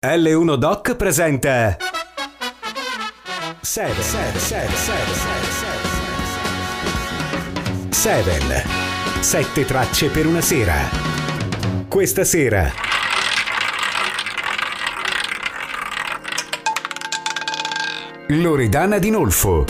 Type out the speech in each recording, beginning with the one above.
L1 Doc presenta Seven. Sette tracce per una sera. Questa sera Loredana Di Nolfo.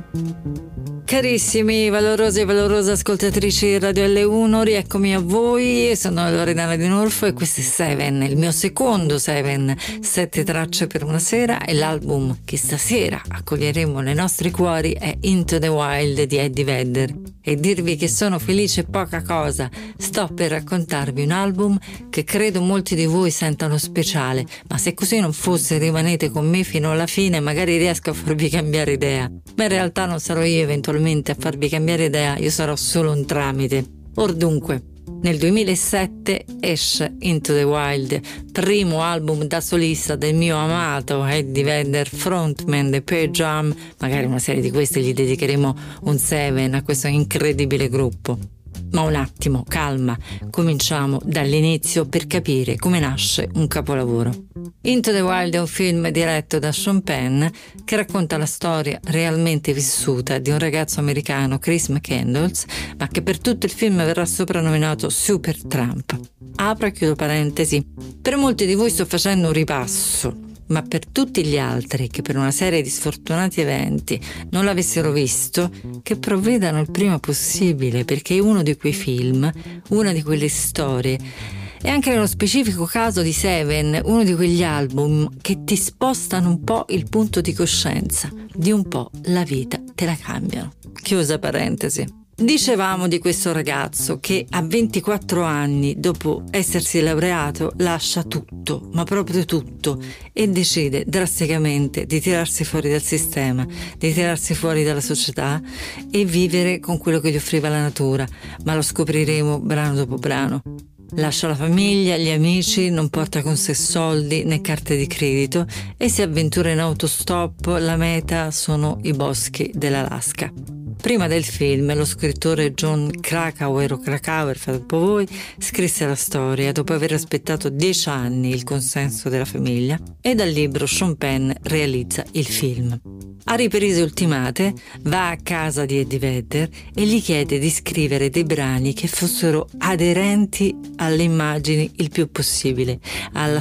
Carissimi, valorosi e valorose ascoltatrici Radio L1, rieccomi a voi. Sono Loredana Di Nolfo e questo è Seven, il mio secondo Seven, 7 tracce per una sera, e l'album che stasera accoglieremo nei nostri cuori è Into the Wild di Eddie Vedder. E dirvi che sono felice è poca cosa. Sto per raccontarvi un album che credo molti di voi sentano speciale, ma se così non fosse rimanete con me fino alla fine, magari riesco a farvi cambiare idea. Ma in realtà non sarò io eventualmente a farvi cambiare idea, io sarò solo un tramite. Or dunque, nel 2007 esce Into the Wild, primo album da solista del mio amato Eddie Vedder, frontman dei Pearl Jam. Magari una serie di queste gli dedicheremo un Seven a questo incredibile gruppo. Ma un attimo, calma, cominciamo dall'inizio per capire come nasce un capolavoro. Into the Wild è un film diretto da Sean Penn che racconta la storia realmente vissuta di un ragazzo americano, Chris McCandless, ma che per tutto il film verrà soprannominato Super Trump. Apro e chiudo parentesi. Per molti di voi sto facendo un ripasso, ma per tutti gli altri che per una serie di sfortunati eventi non l'avessero visto, che provvedano il prima possibile, perché è uno di quei film, una di quelle storie. E anche nello specifico caso di Seven, uno di quegli album che ti spostano un po' il punto di coscienza, di un po' la vita te la cambiano. Chiusa parentesi. Dicevamo di questo ragazzo che a 24 anni, dopo essersi laureato, lascia tutto, ma proprio tutto, e decide drasticamente di tirarsi fuori dal sistema, di tirarsi fuori dalla società e vivere con quello che gli offriva la natura, ma lo scopriremo brano dopo brano. Lascia la famiglia, gli amici, non porta con sé soldi né carte di credito e si avventura in autostop. La meta sono i boschi dell'Alaska. Prima del film, lo scrittore John Krakauer, fate un po' voi, scrisse la storia dopo aver aspettato 10 anni il consenso della famiglia, e dal libro Sean Penn realizza il film. A riprese ultimate va a casa di Eddie Vedder e gli chiede di scrivere dei brani che fossero aderenti alle immagini il più possibile, alla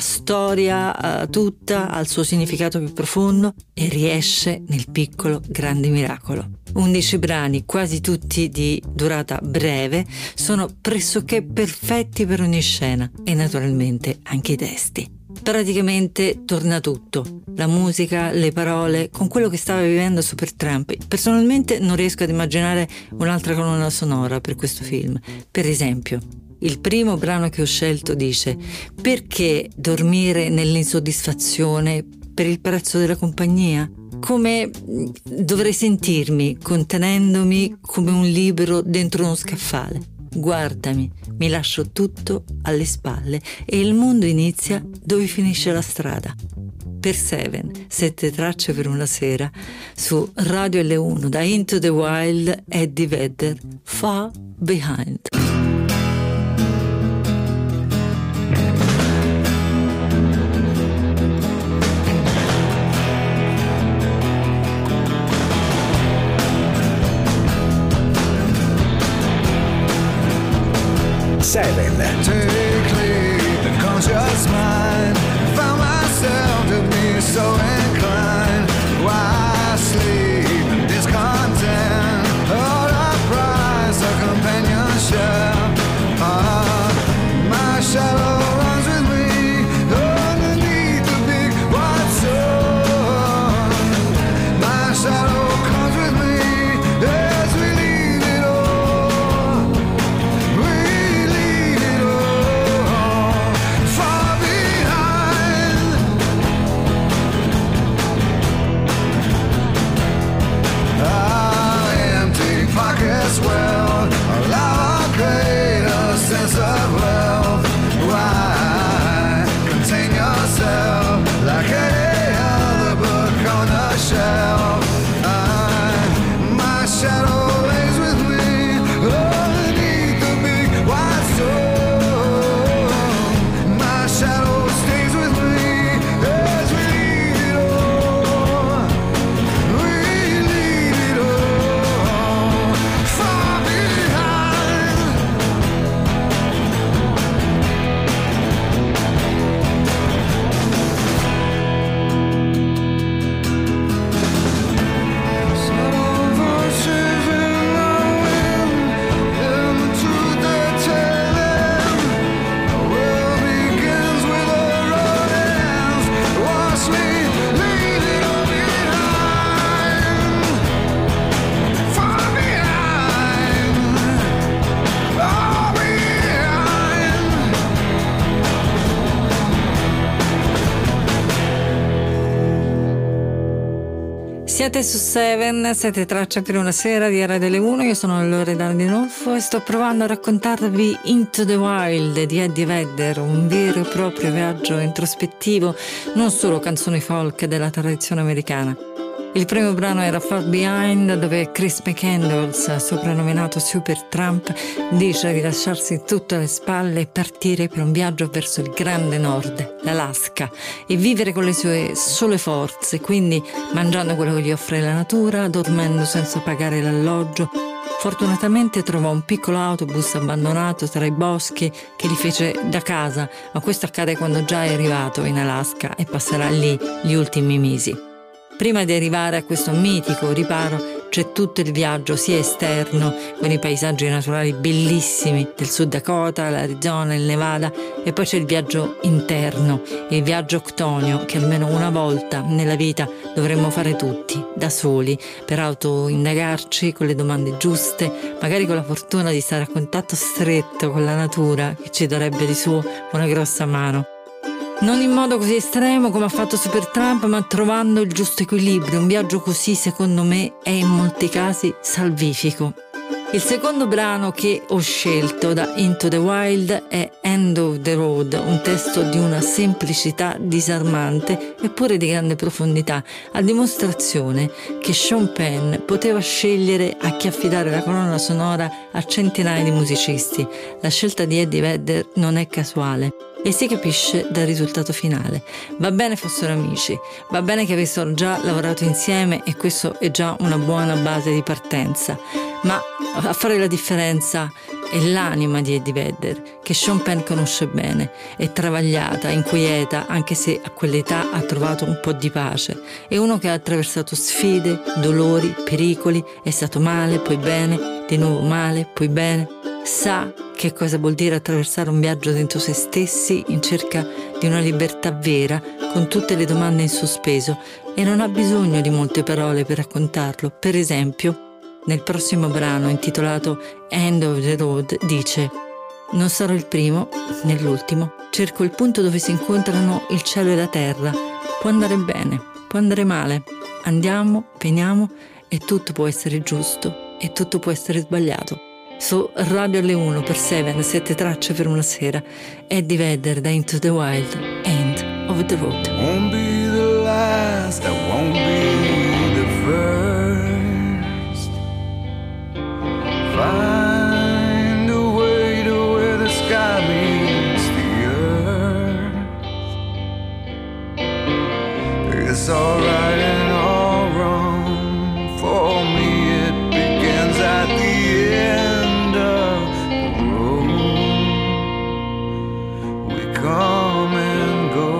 storia tutta, al suo significato più profondo, e riesce nel piccolo grande miracolo. 11 brani, quasi tutti di durata breve, sono pressoché perfetti per ogni scena, e naturalmente anche i testi. Praticamente torna tutto, la musica, le parole, con quello che stava vivendo Super Trump. Personalmente non riesco ad immaginare un'altra colonna sonora per questo film. Per esempio, il primo brano che ho scelto dice: perché dormire nell'insoddisfazione per il prezzo della compagnia? Come dovrei sentirmi contenendomi come un libro dentro uno scaffale? Guardami, mi lascio tutto alle spalle e il mondo inizia dove finisce la strada. Per Seven, 7 tracce per una sera, su Radio L1 da Into the Wild, Eddie Vedder, Far Behind. Seven. Take lead, the conscious mind. Found myself to be so inclined. Why sleep in discontent? All I prize of companionship. Siete su Seven, 7 tracce per una sera di Radio L1. Io sono Loredana Di Nolfo e sto provando a raccontarvi Into the Wild di Eddie Vedder, un vero e proprio viaggio introspettivo, non solo canzoni folk della tradizione americana. Il primo brano era Far Behind, dove Chris McCandless, soprannominato Super Trump, dice di lasciarsi tutto alle spalle e partire per un viaggio verso il grande nord, l'Alaska, e vivere con le sue sole forze, quindi mangiando quello che gli offre la natura, dormendo senza pagare l'alloggio. Fortunatamente trovò un piccolo autobus abbandonato tra i boschi che gli fece da casa, ma questo accade quando già è arrivato in Alaska e passerà lì gli ultimi mesi. Prima di arrivare a questo mitico riparo c'è tutto il viaggio sia esterno, con i paesaggi naturali bellissimi del Sud Dakota, l'Arizona, il Nevada, e poi c'è il viaggio interno, il viaggio octonio che almeno una volta nella vita dovremmo fare tutti, da soli, per autoindagarci con le domande giuste, magari con la fortuna di stare a contatto stretto con la natura che ci darebbe di suo una grossa mano. Non in modo così estremo come ha fatto Supertramp, ma trovando il giusto equilibrio. Un viaggio così, secondo me, è in molti casi salvifico. Il secondo brano che ho scelto da Into the Wild è End of the Road, un testo di una semplicità disarmante eppure di grande profondità, a dimostrazione che Sean Penn poteva scegliere a chi affidare la colonna sonora a centinaia di musicisti. La scelta di Eddie Vedder non è casuale. E si capisce dal risultato finale. Va bene fossero amici, va bene che avessero già lavorato insieme e questo è già una buona base di partenza, ma a fare la differenza è l'anima di Eddie Vedder, che Sean Penn conosce bene, è travagliata, inquieta, anche se a quell'età ha trovato un po' di pace. È uno che ha attraversato sfide, dolori, pericoli, è stato male, poi bene, di nuovo male, poi bene. Sa che cosa vuol dire attraversare un viaggio dentro se stessi in cerca di una libertà vera, con tutte le domande in sospeso, e non ha bisogno di molte parole per raccontarlo. Per esempio, nel prossimo brano intitolato End of the Road dice: non sarò il primo né l'ultimo, cerco il punto dove si incontrano il cielo e la terra. Può andare bene, può andare male, andiamo, veniamo e tutto può essere giusto e tutto può essere sbagliato. Su Radio L1 per Seven, 7 tracce per una sera, Eddie Vedder da Into the Wild, End of the Road. Won't be the last, that won't be the first. Find a way to where the sky meets the earth. It's alright and all wrong. For me it begins at the end of the road. We come and go.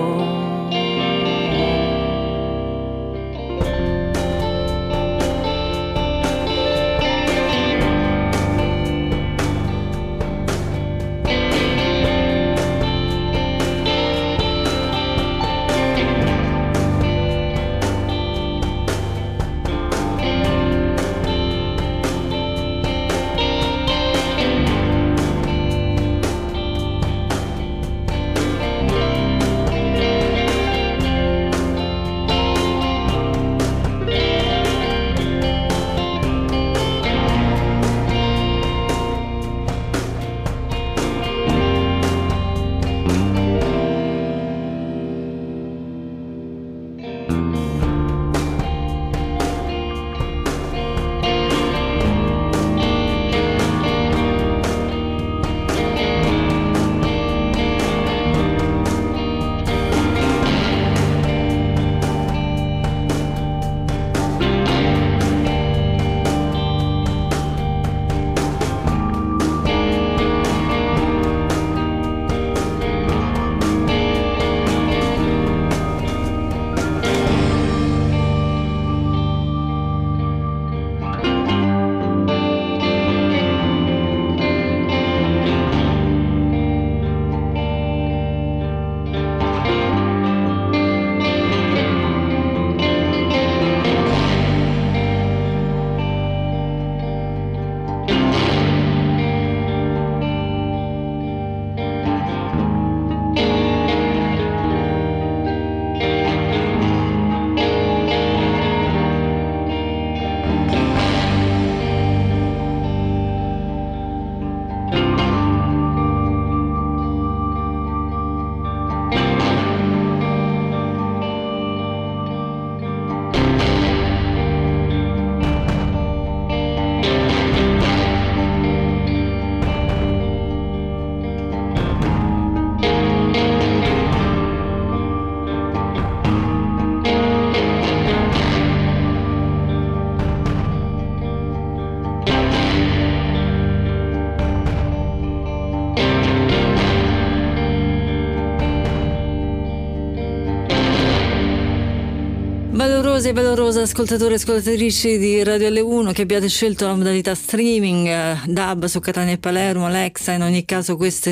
Valorose ascoltatori e ascoltatrici di Radio L1 che abbiate scelto la modalità streaming, DAB su Catania e Palermo, Alexa, in ogni caso queste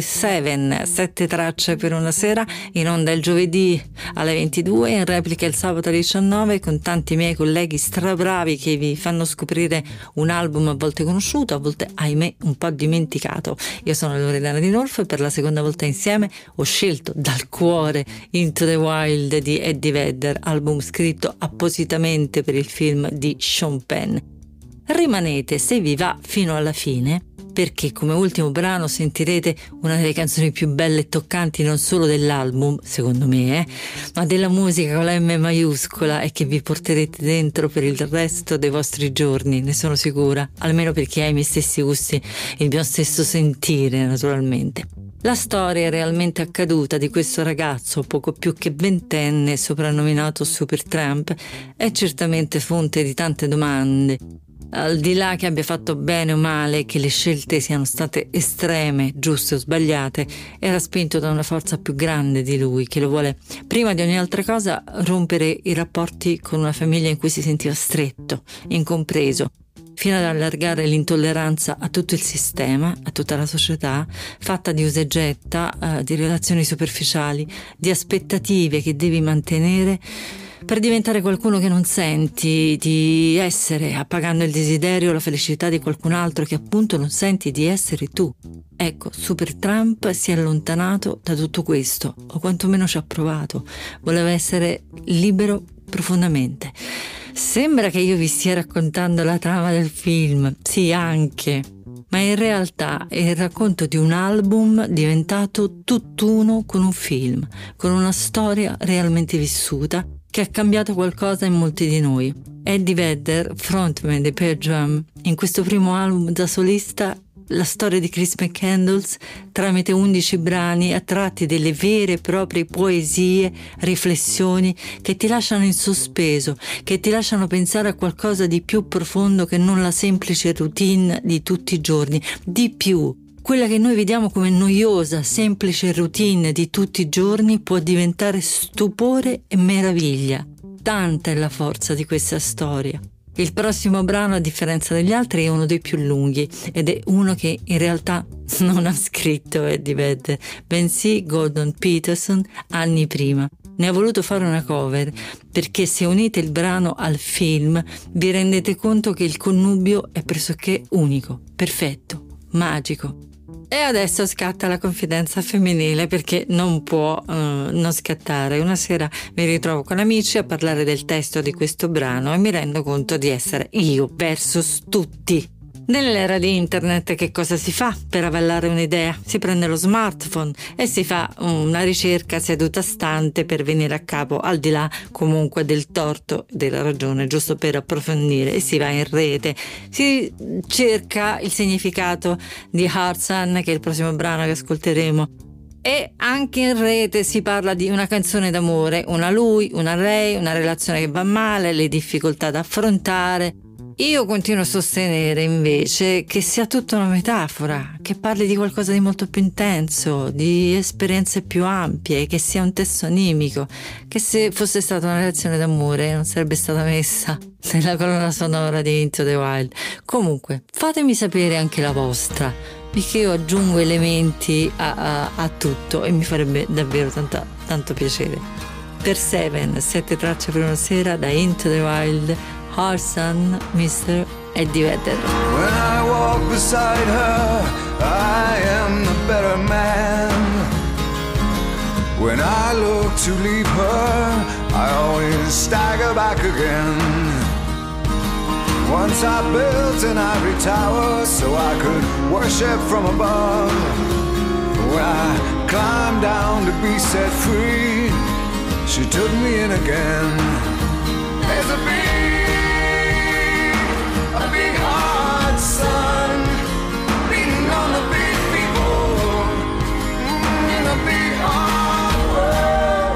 7 tracce per una sera, in onda il giovedì alle 22, in replica il sabato alle 19, con tanti miei colleghi strabravi che vi fanno scoprire un album a volte conosciuto, a volte ahimè un po' dimenticato. Io sono Loredana Di Norfo e per la seconda volta insieme ho scelto dal cuore Into the Wild di Eddie Vedder, album scritto appositamente per il film di Sean Penn. Rimanete, se vi va, fino alla fine, perché come ultimo brano sentirete una delle canzoni più belle e toccanti non solo dell'album, secondo me, ma della musica con la M maiuscola, e che vi porterete dentro per il resto dei vostri giorni, ne sono sicura, almeno per chi ha i miei stessi gusti, il mio stesso sentire, naturalmente. La storia realmente accaduta di questo ragazzo poco più che ventenne soprannominato Supertramp è certamente fonte di tante domande. Al di là che abbia fatto bene o male, che le scelte siano state estreme, giuste o sbagliate, era spinto da una forza più grande di lui che lo vuole, prima di ogni altra cosa, rompere i rapporti con una famiglia in cui si sentiva stretto, incompreso, fino ad allargare l'intolleranza a tutto il sistema, a tutta la società, fatta di usa e getta, di relazioni superficiali, di aspettative che devi mantenere per diventare qualcuno che non senti di essere, appagando il desiderio o la felicità di qualcun altro che appunto non senti di essere tu. Ecco, Supertramp si è allontanato da tutto questo, o quantomeno ci ha provato. Voleva essere libero profondamente. Sembra che io vi stia raccontando la trama del film, sì, anche, ma in realtà è il racconto di un album diventato tutt'uno con un film, con una storia realmente vissuta che ha cambiato qualcosa in molti di noi. Eddie Vedder, frontman dei Pearl Jam, in questo primo album da solista, la storia di Chris McCandless, tramite 11 brani, a tratti delle vere e proprie poesie, riflessioni che ti lasciano in sospeso, che ti lasciano pensare a qualcosa di più profondo che non la semplice routine di tutti i giorni, di più. Quella che noi vediamo come noiosa, semplice routine di tutti i giorni può diventare stupore e meraviglia. Tanta è la forza di questa storia. Il prossimo brano, a differenza degli altri, è uno dei più lunghi ed è uno che in realtà non ha scritto Eddie Vedder, bensì Gordon Peterson anni prima. Ne ha voluto fare una cover perché se unite il brano al film vi rendete conto che il connubio è pressoché unico, perfetto, magico. E adesso scatta la confidenza femminile, perché non può non scattare. Una sera mi ritrovo con amici a parlare del testo di questo brano e mi rendo conto di essere io versus tutti. Nell'era di internet che cosa si fa per avallare un'idea? Si prende lo smartphone e si fa una ricerca seduta stante per venire a capo, al di là comunque del torto della ragione, giusto per approfondire, e si va in rete, si cerca il significato di Heart Sun, che è il prossimo brano che ascolteremo, e anche in rete si parla di una canzone d'amore, una lui, una lei, una relazione che va male, le difficoltà da affrontare. Io continuo a sostenere invece che sia tutta una metafora, che parli di qualcosa di molto più intenso, di esperienze più ampie, che sia un testo animico, che se fosse stata una relazione d'amore non sarebbe stata messa nella colonna sonora di Into the Wild. Comunque, fatemi sapere anche la vostra, perché io aggiungo elementi a tutto e mi farebbe davvero tanto piacere. Per 7 tracce per una sera da Into the Wild, Heart Sun, Mr. Eddie Vedder. When I walk beside her, I am the better man. When I look to leave her, I always stagger back again. Once I built an ivory tower so I could worship from above. When I climbed down to be set free, she took me in again. There's a big hard sun beating on the big people in a big hard world.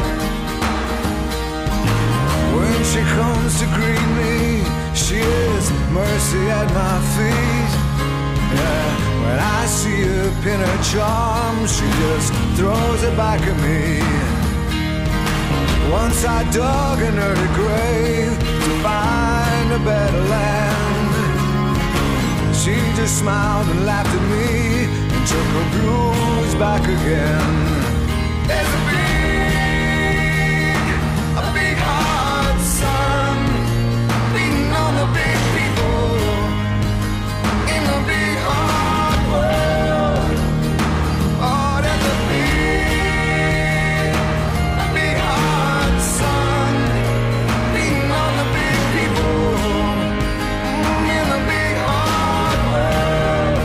When she comes to greet me, she is mercy at my feet. Yeah, when I see her pin her charm, she just throws it back at me. Once I dug an early grave to find a better land. She just smiled and laughed at me and took her blues back again. There's a big hot sun beating on the big people in the big hard world. Oh, there's a big hot sun beating on the big people in the big hard world.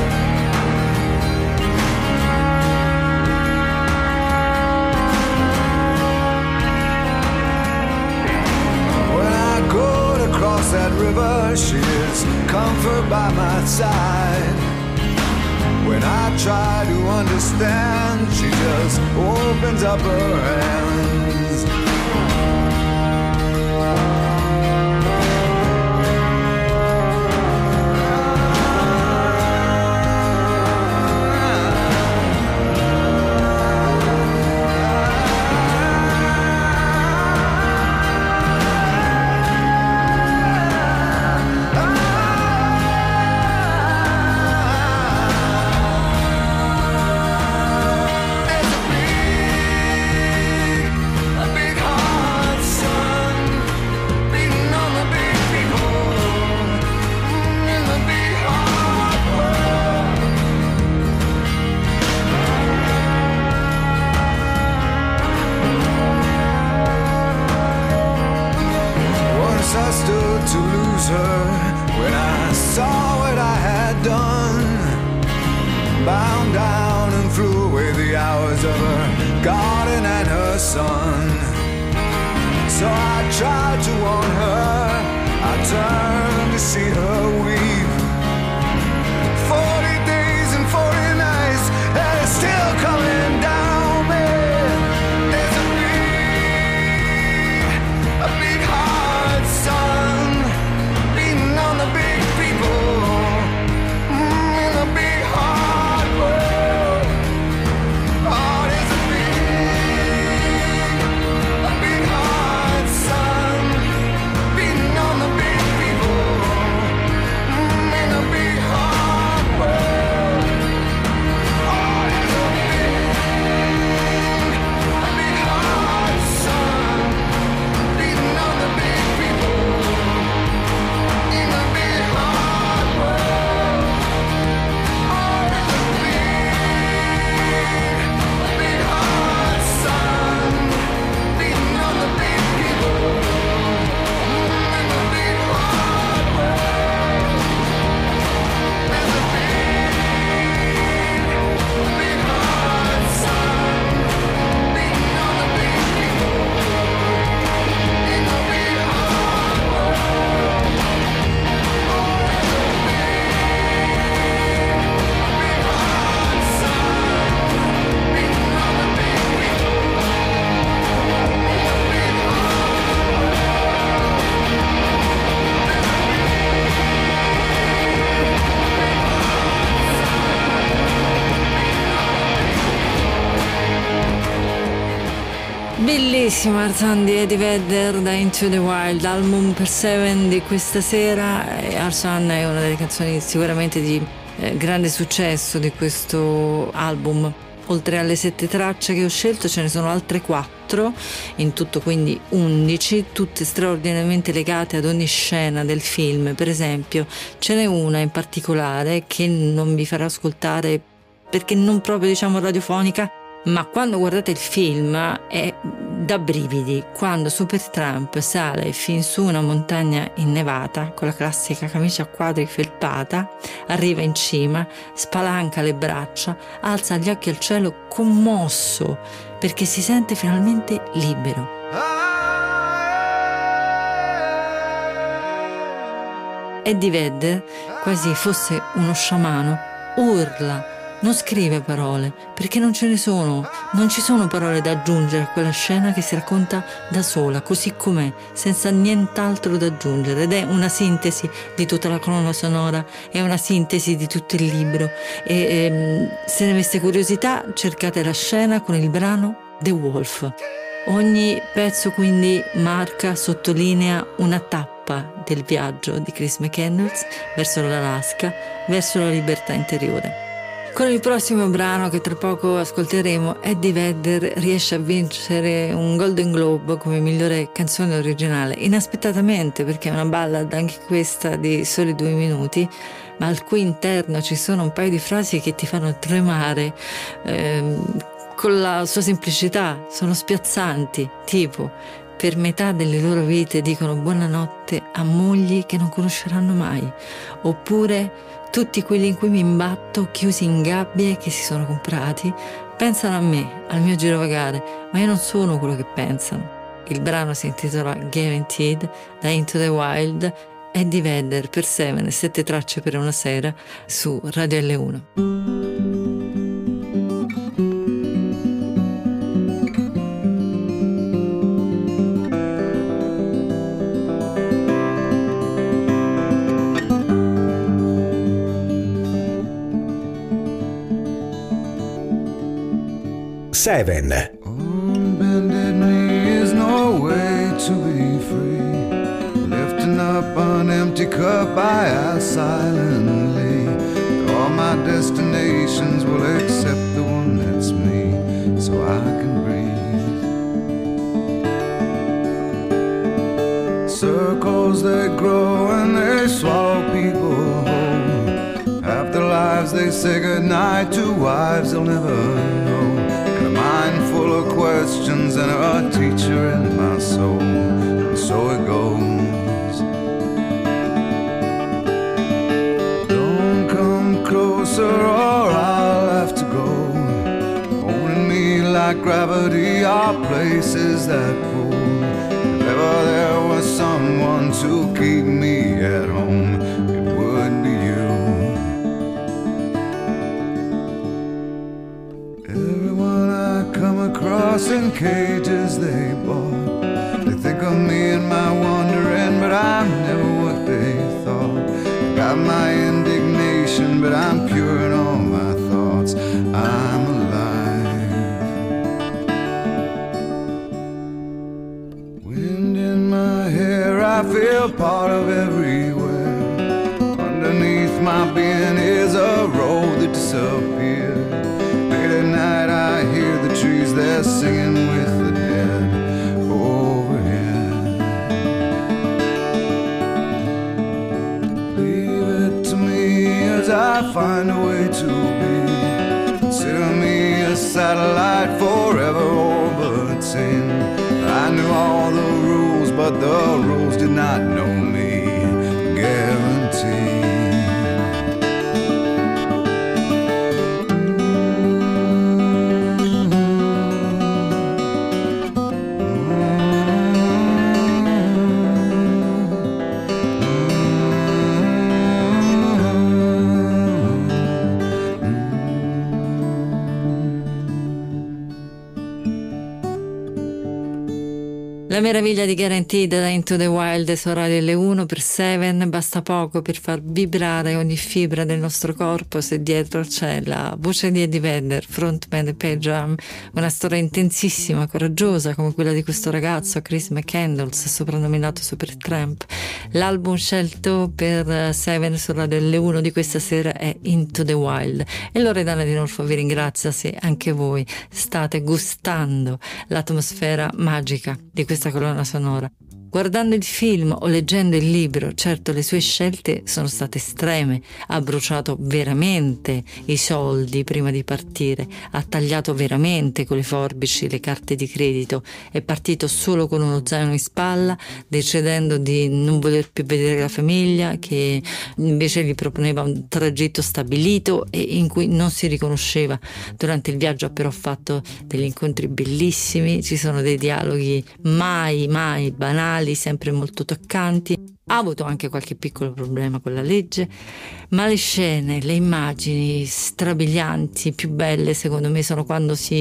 When I go to cross that river, she is comfort by my side. When I try to understand, she just opens up her hands. I stood to lose her when I saw what I had done. Bound down and flew away the hours of her garden and her son. So I tried to warn her, I turned to see her weep. 40 days and 40 nights, and it's still coming down me. There's a big hard sun beating on the big people in the big hard world. Oh, there's a big hard sun beating on the big people in the big hard world. Oh, there's a big hard sun beating on the big people in the big hard world. Oh, there's a big hard sun beating on the big people in the big hard world. There's a big hard sun beating on the big people in the big hard world. Oh, there's a big hard sun beating on the big people in the big Bellissimo Arzan di Eddie Vedder da Into the Wild, album per Seven di questa sera. Arzan è una delle canzoni sicuramente di grande successo di questo album. Oltre alle 7 tracce che ho scelto ce ne sono altre 4, in tutto quindi 11, tutte straordinariamente legate ad ogni scena del film. Per esempio ce n'è una in particolare che non vi farò ascoltare perché non proprio diciamo radiofonica, ma quando guardate il film è da brividi, quando Supertramp sale fin su una montagna innevata con la classica camicia a quadri felpata, arriva in cima, spalanca le braccia, alza gli occhi al cielo commosso perché si sente finalmente libero. Eddie Vedder, quasi fosse uno sciamano, urla, non scrive parole, perché non ce ne sono, non ci sono parole da aggiungere a quella scena che si racconta da sola, così com'è, senza nient'altro da aggiungere, ed è una sintesi di tutta la colonna sonora, è una sintesi di tutto il libro, e se ne aveste curiosità cercate la scena con il brano The Wolf. Ogni pezzo quindi marca, sottolinea una tappa del viaggio di Chris McCandless verso l'Alaska, verso la libertà interiore. Con il prossimo brano che tra poco ascolteremo, Eddie Vedder riesce a vincere un Golden Globe come migliore canzone originale, inaspettatamente, perché è una ballad anche questa di soli 2 minuti, ma al cui interno ci sono un paio di frasi che ti fanno tremare con la sua semplicità, sono spiazzanti, tipo: per metà delle loro vite dicono buonanotte a mogli che non conosceranno mai, oppure tutti quelli in cui mi imbatto chiusi in gabbie che si sono comprati pensano a me, al mio girovagare, ma io non sono quello che pensano. Il brano si intitola Guaranteed, da Into the Wild, Eddie Vedder per 7, 7 tracce per una sera su Radio L1. Seven. On bended knee is no way to be free. Lifting up an empty cup I ask silently. All my destinations will accept the one that's me, so I can breathe. Circles they grow and they swallow people whole. After lives they say goodnight to wives they'll never know. Mind full of questions and a teacher in my soul, and so it goes. Don't come closer or I'll have to go. Holding me like gravity are places that pull. If ever there was someone to keep me at home, it would be you. In cages they bought, they think of me and my wandering, but I'm never what they thought. Got my indignation, but I'm pure in all my thoughts. I'm alive. Wind in my hair, I feel part of everywhere. Underneath my being is a road that disappeared. Late at night I hear the trees, they're singing with the dead overhead. Leave it to me as I find a way to be. Consider me a satellite forever orbiting. I knew all the rules, but the rules did not know me. Guaranteed. La meraviglia di Guaranteed da Into the Wild su Radio L1 per 7, basta poco per far vibrare ogni fibra del nostro corpo se dietro c'è la voce di Eddie Vedder, frontman di Pearl Jam, una storia intensissima, coraggiosa come quella di questo ragazzo Chris McCandless, soprannominato Supertramp. L'album scelto per 7 su Radio L1 di questa sera è Into the Wild e Loredana Di Norfo vi ringrazia se anche voi state gustando l'atmosfera magica di questa colonna sonora. Guardando il film o leggendo il libro, certo le sue scelte sono state estreme, ha bruciato veramente i soldi prima di partire, ha tagliato veramente con le forbici le carte di credito, è partito solo con uno zaino in spalla, decidendo di non voler più vedere la famiglia, che invece gli proponeva un tragitto stabilito e in cui non si riconosceva. Durante il viaggio ha però fatto degli incontri bellissimi, ci sono dei dialoghi mai banali, sempre molto toccanti. Ha avuto anche qualche piccolo problema con la legge, ma le scene, le immagini strabilianti, più belle secondo me sono quando si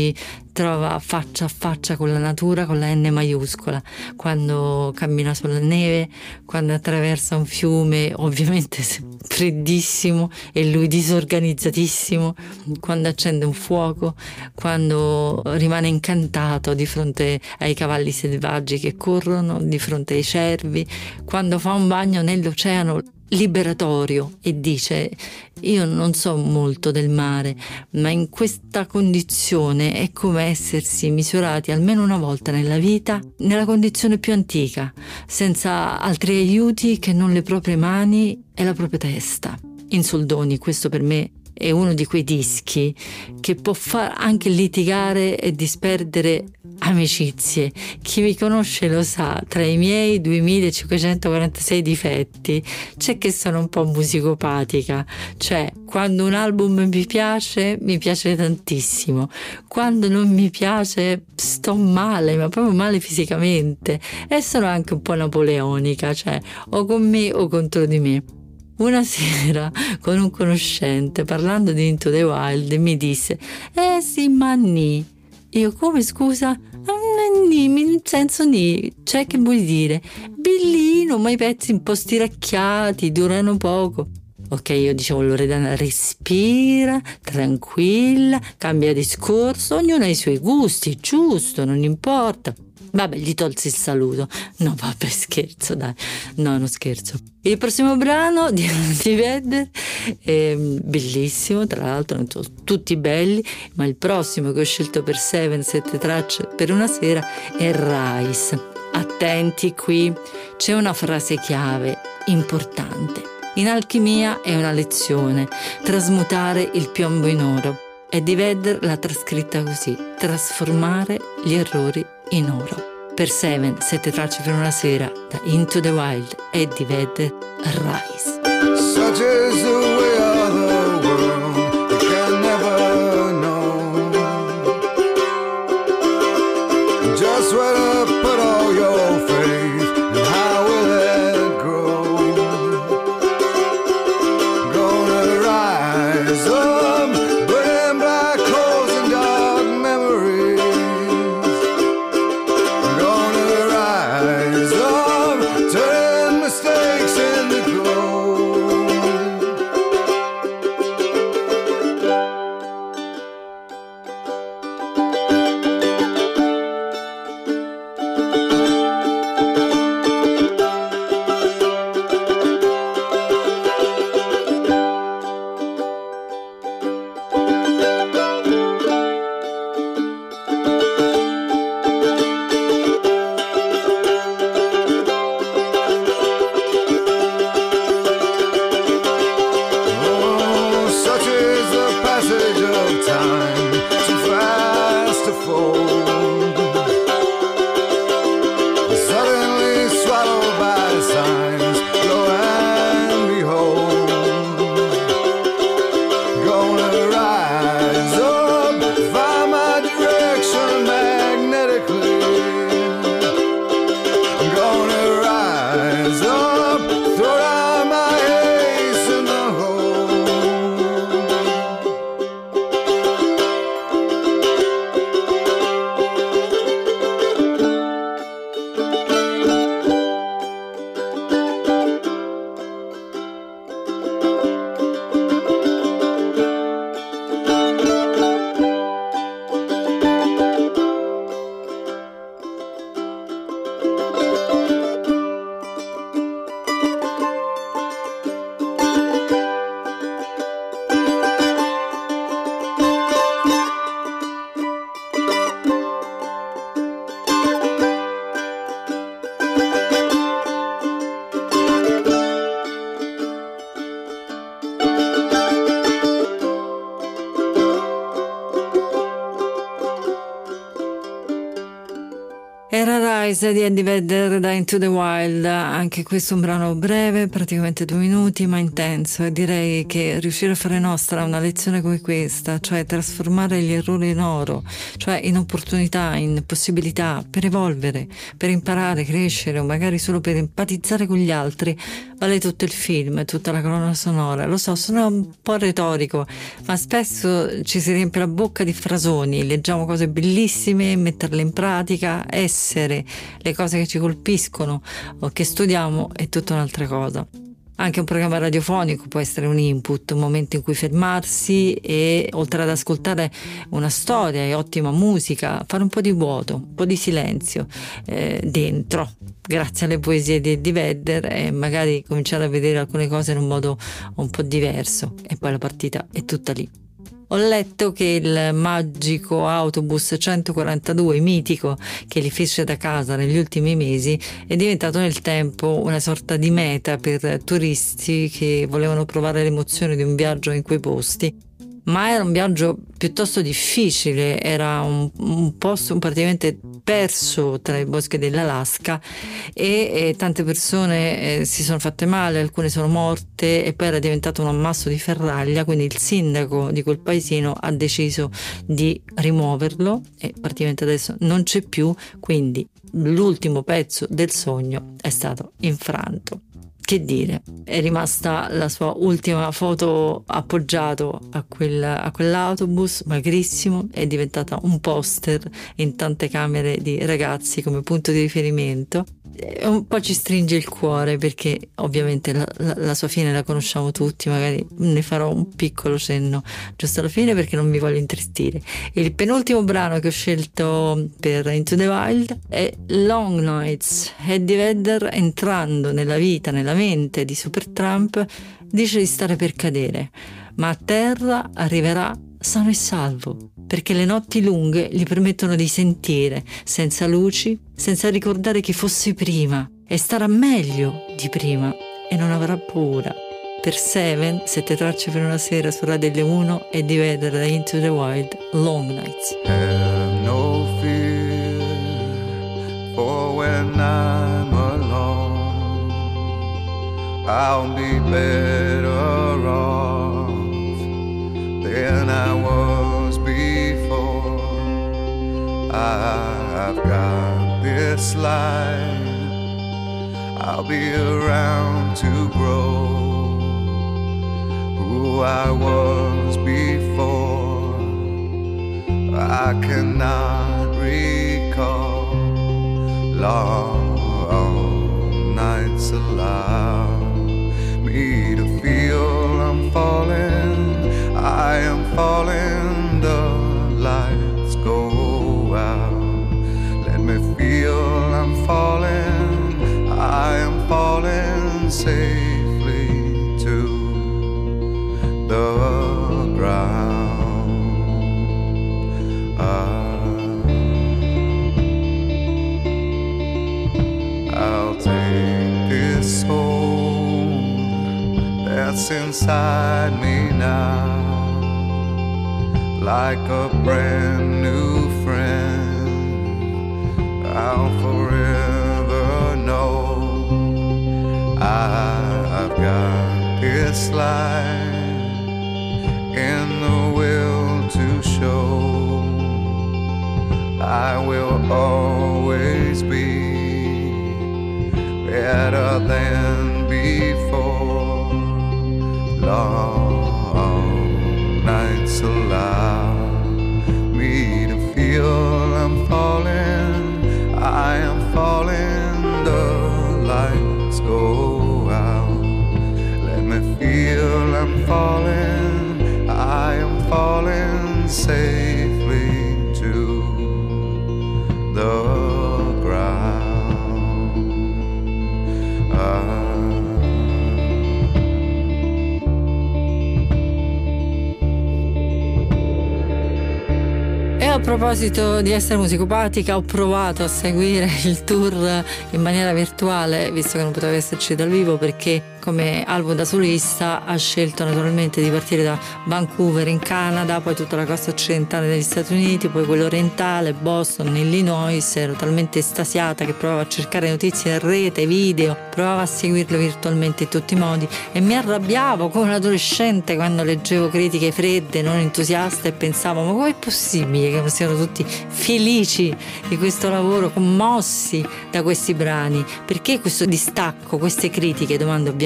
trova faccia a faccia con la natura, con la N maiuscola, quando cammina sulla neve, quando attraversa un fiume ovviamente freddissimo e lui disorganizzatissimo, quando accende un fuoco, quando rimane incantato di fronte ai cavalli selvaggi che corrono, di fronte ai cervi, quando fa un bagno nell'oceano liberatorio e dice: io non so molto del mare, ma in questa condizione è come essersi misurati almeno una volta nella vita nella condizione più antica, senza altri aiuti che non le proprie mani e la propria testa. In soldoni, questo per me è uno di quei dischi che può far anche litigare e disperdere amicizie. Chi mi conosce lo sa, tra i miei 2546 difetti c'è che sono un po' musicopatica, cioè quando un album mi piace tantissimo, quando non mi piace sto male, ma proprio male fisicamente, e sono anche un po' napoleonica, cioè o con me o contro di me. Una sera con un conoscente, parlando di Into the Wild, mi disse: sì, ma ni. Io: come, scusa? Ni, in senso ni, cioè che vuoi dire? Bellino, ma i pezzi un po' stiracchiati, durano poco. Ok, io dicevo: Loredana, respira, tranquilla, cambia discorso, ognuno ha i suoi gusti, giusto, non importa. Vabbè, gli tolsi il saluto. No, vabbè, scherzo, dai. No, non scherzo. Il prossimo brano di Vedder è bellissimo, tra l'altro non sono tutti belli, ma il prossimo che ho scelto per 7 tracce per una sera è Rise. Attenti, qui c'è una frase chiave importante. In alchimia è una lezione: trasmutare il piombo in oro. E di Vedder l'ha trascritta così: trasformare gli errori in oro. Per 7 tracce per una sera, da Into the Wild e di Vedder, Rise. Such is the way of the world, you can never know just where to put all your faith and how will it grow. Gonna rise up, burning black holes and dark memories. Gonna rise up, turn mistakes into gold. Oh, such is the passage of time, too fast to fold. Suddenly swallowed by signs, lo and behold. Gonna rise up, find my direction magnetically. Gonna rise up, throw down my ace in the hole. Era Rise di Eddie Vedder da Into the Wild, anche questo un brano breve, praticamente 2 minuti, ma intenso, e direi che riuscire a fare nostra una lezione come questa, cioè trasformare gli errori in oro, cioè in opportunità, in possibilità per evolvere, per imparare, crescere o magari solo per empatizzare con gli altri, vale tutto il film, tutta la colonna sonora. Lo so, sono un po' retorico, ma spesso ci si riempie la bocca di frasoni, leggiamo cose bellissime, metterle in pratica, essere le cose che ci colpiscono o che studiamo è tutta un'altra cosa. Anche un programma radiofonico può essere un input, un momento in cui fermarsi e, oltre ad ascoltare una storia e ottima musica, fare un po' di vuoto, un po' di silenzio dentro, grazie alle poesie di Eddie Vedder, e magari cominciare a vedere alcune cose in un modo un po' diverso, e poi la partita è tutta lì. Ho letto che il magico autobus 142, mitico, che li fece da casa negli ultimi mesi, è diventato nel tempo una sorta di meta per turisti che volevano provare l'emozione di un viaggio in quei posti. Ma era un viaggio piuttosto difficile, era un posto praticamente perso tra i boschi dell'Alaska e tante persone si sono fatte male, alcune sono morte, e poi era diventato un ammasso di ferraglia, quindi il sindaco di quel paesino ha deciso di rimuoverlo e praticamente adesso non c'è più, quindi l'ultimo pezzo del sogno è stato infranto. Che dire, è rimasta la sua ultima foto appoggiato a quell'autobus magrissimo, è diventata un poster in tante camere di ragazzi come punto di riferimento. Un po' ci stringe il cuore, perché ovviamente la sua fine la conosciamo tutti, magari ne farò un piccolo cenno giusto alla fine perché non mi voglio intristire. Il penultimo brano che ho scelto per Into the Wild è Long Nights. Eddie Vedder, entrando nella vita, nella mente di Supertramp, dice di stare per cadere, ma a terra arriverà sano e salvo, perché le notti lunghe gli permettono di sentire, senza luci, senza ricordare chi fosse prima, e starà meglio di prima e non avrà paura. Per Seven, 7 tracce per una sera su Radio L1, e di vedere da Into the Wild, Long Nights. Have no fear for when I'm alone, I'll be better off than I was before. I've got this life, I'll be around to grow who I was before. I cannot recall long nights allow me to feel I'm falling, I am falling, the lights go out. Let me feel I'm falling, I am falling safely to the ground. I'll take this soul that's inside me now, like a brand new friend. I'll forever know I've got this life in the will to show. I will always be better than before. Long nights allow me to feel I'm falling, I am falling, the lights go out. Let me feel I'm falling, I am falling safely to the ground. A proposito di essere musicopatica, ho provato a seguire il tour in maniera virtuale, visto che non poteva esserci dal vivo, perché come album da solista ha scelto naturalmente di partire da Vancouver in Canada, poi tutta la costa occidentale degli Stati Uniti, poi quello orientale, Boston, Illinois. Ero talmente estasiata che provavo a cercare notizie in rete, video, provavo a seguirlo virtualmente in tutti i modi, e mi arrabbiavo come un adolescente quando leggevo critiche fredde, non entusiaste, e pensavo: ma com'è possibile che non siano tutti felici di questo lavoro, commossi da questi brani? Perché questo distacco, queste critiche? Domando ovviamente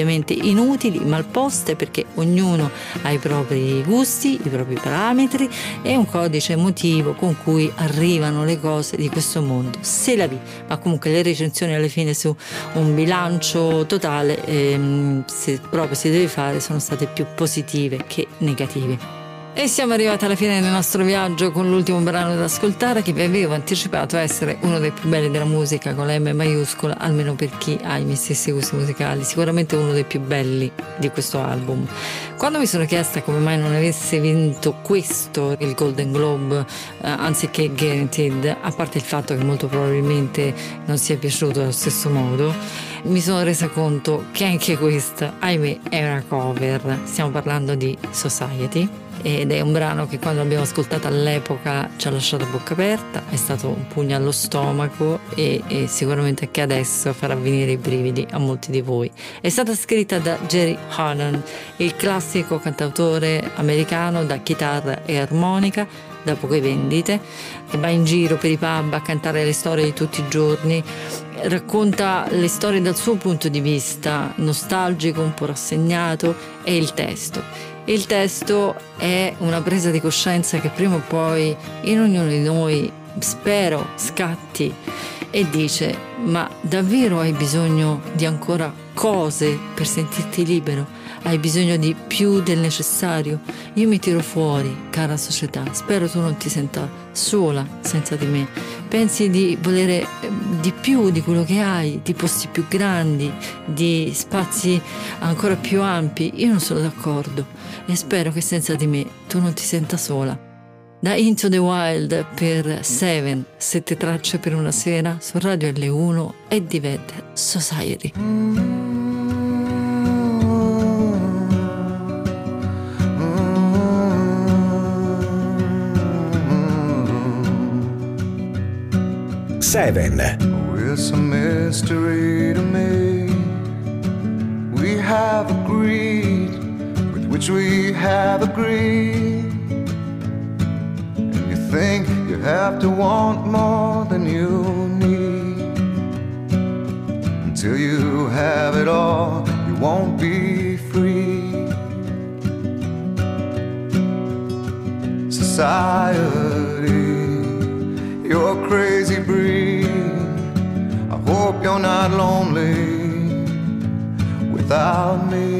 ovviamente inutili, malposte, perché ognuno ha i propri gusti, i propri parametri e un codice emotivo con cui arrivano le cose di questo mondo. C'est la vie. Ma comunque le recensioni alla fine su un bilancio totale, se proprio si deve fare, sono state più positive che negative. E siamo arrivati alla fine del nostro viaggio con l'ultimo brano da ascoltare, che vi avevo anticipato essere uno dei più belli della musica con la M maiuscola, almeno per chi ha i miei stessi gusti musicali, sicuramente uno dei più belli di questo album. Quando mi sono chiesta come mai non avesse vinto questo il Golden Globe anziché Guaranteed, a parte il fatto che molto probabilmente non sia piaciuto allo stesso modo, mi sono resa conto che anche questa, ahimè, è una cover. Stiamo parlando di Society ed è un brano che quando l'abbiamo ascoltato all'epoca ci ha lasciato a bocca aperta, è stato un pugno allo stomaco e sicuramente anche adesso farà venire i brividi a molti di voi. È stata scritta da Jerry Harlan, il classico cantautore americano da chitarra e armonica da poche vendite, che va in giro per i pub a cantare le storie di tutti i giorni, racconta le storie dal suo punto di vista, nostalgico, un po' rassegnato, e il testo. Il testo è una presa di coscienza che prima o poi in ognuno di noi, spero, scatti e dice: ma davvero hai bisogno di ancora cose per sentirti libero? Hai bisogno di più del necessario? Io mi tiro fuori, cara società, spero tu non ti senta sola senza di me. Pensi di volere di più di quello che hai, di posti più grandi, di spazi ancora più ampi? Io non sono d'accordo e spero che senza di me tu non ti senta sola. Da Into the Wild per 7 tracce per una sera su Radio L1 e Divided Society. 7. It's a mystery to me. We have agreed with which we have agreed. And you think you have to want more than you need. Until you have it all, you won't be free. Society, you're crazy breed. I hope you're not lonely without me.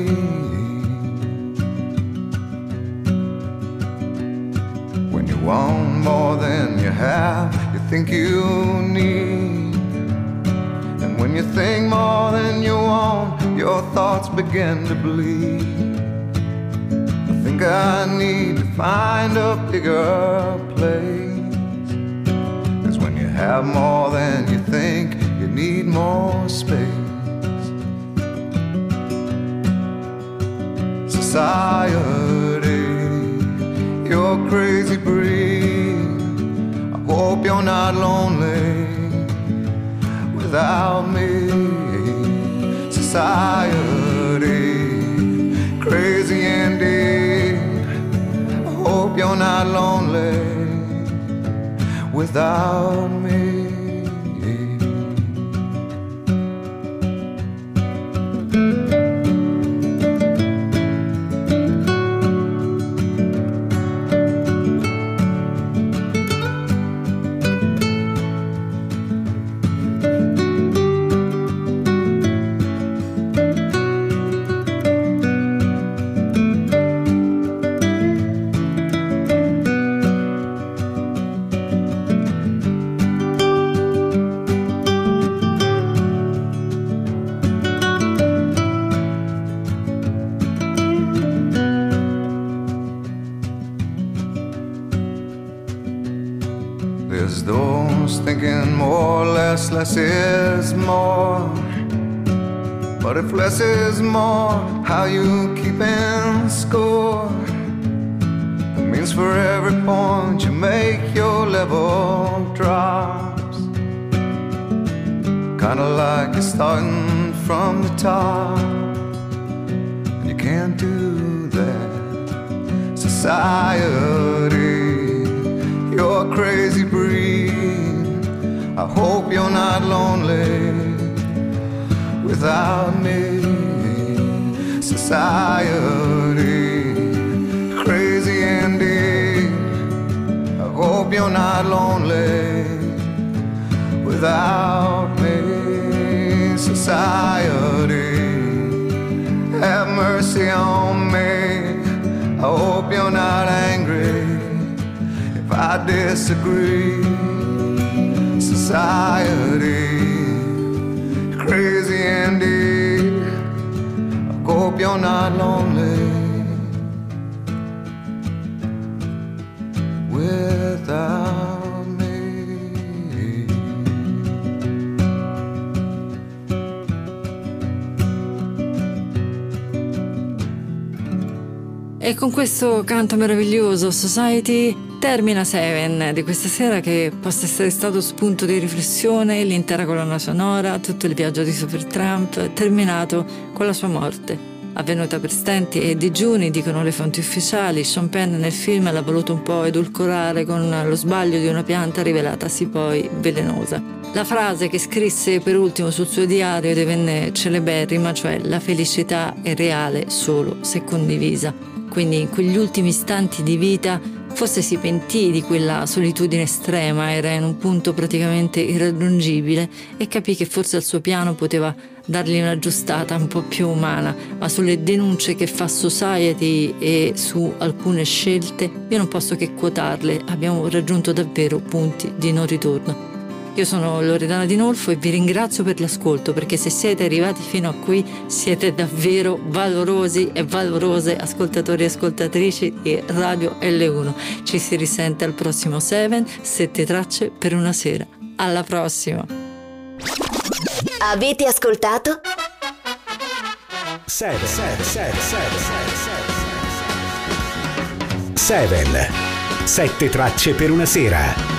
When you want more than you have, you think you need. And when you think more than you want, your thoughts begin to bleed. I think I need to find a bigger place. Have more than you think, you need more space. Society, you're crazy breed. I hope you're not lonely without me. Society, crazy indeed. I hope you're not lonely without me. There's those thinking more, less is more. But if less is more, how you keeping score? It means for every point you make, your level drops. Kinda like you're starting from the top, and you can't do that. Society, you're crazy breed. I hope you're not lonely without me. society. Crazy indeed. I hope you're not lonely without me. Society, have mercy on me. I hope you're not angry if I disagree. Society, crazy indeed. I hope you're not lonely without me. E con questo canto meraviglioso, Society, termina Seven di questa sera, che possa essere stato spunto di riflessione. L'intera colonna sonora, tutto il viaggio di Supertramp, terminato con la sua morte, avvenuta per stenti e digiuni, dicono le fonti ufficiali. Sean Penn nel film l'ha voluto un po' edulcorare con lo sbaglio di una pianta rivelatasi poi velenosa. La frase che scrisse per ultimo sul suo diario divenne celeberrima, cioè la felicità è reale solo se condivisa. Quindi in quegli ultimi istanti di vita forse si pentì di quella solitudine estrema, era in un punto praticamente irraggiungibile e capì che forse al suo piano poteva dargli una giustata un po' più umana, ma sulle denunce che fa Society e su alcune scelte io non posso che quotarle. Abbiamo raggiunto davvero punti di non ritorno. Io sono Loredana Di Nolfo e vi ringrazio per l'ascolto, perché se siete arrivati fino a qui siete davvero valorosi e valorose ascoltatori e ascoltatrici di Radio L1. Ci si risente al prossimo 7 tracce per una sera. Alla prossima! Avete ascoltato? 7 7 tracce per una sera.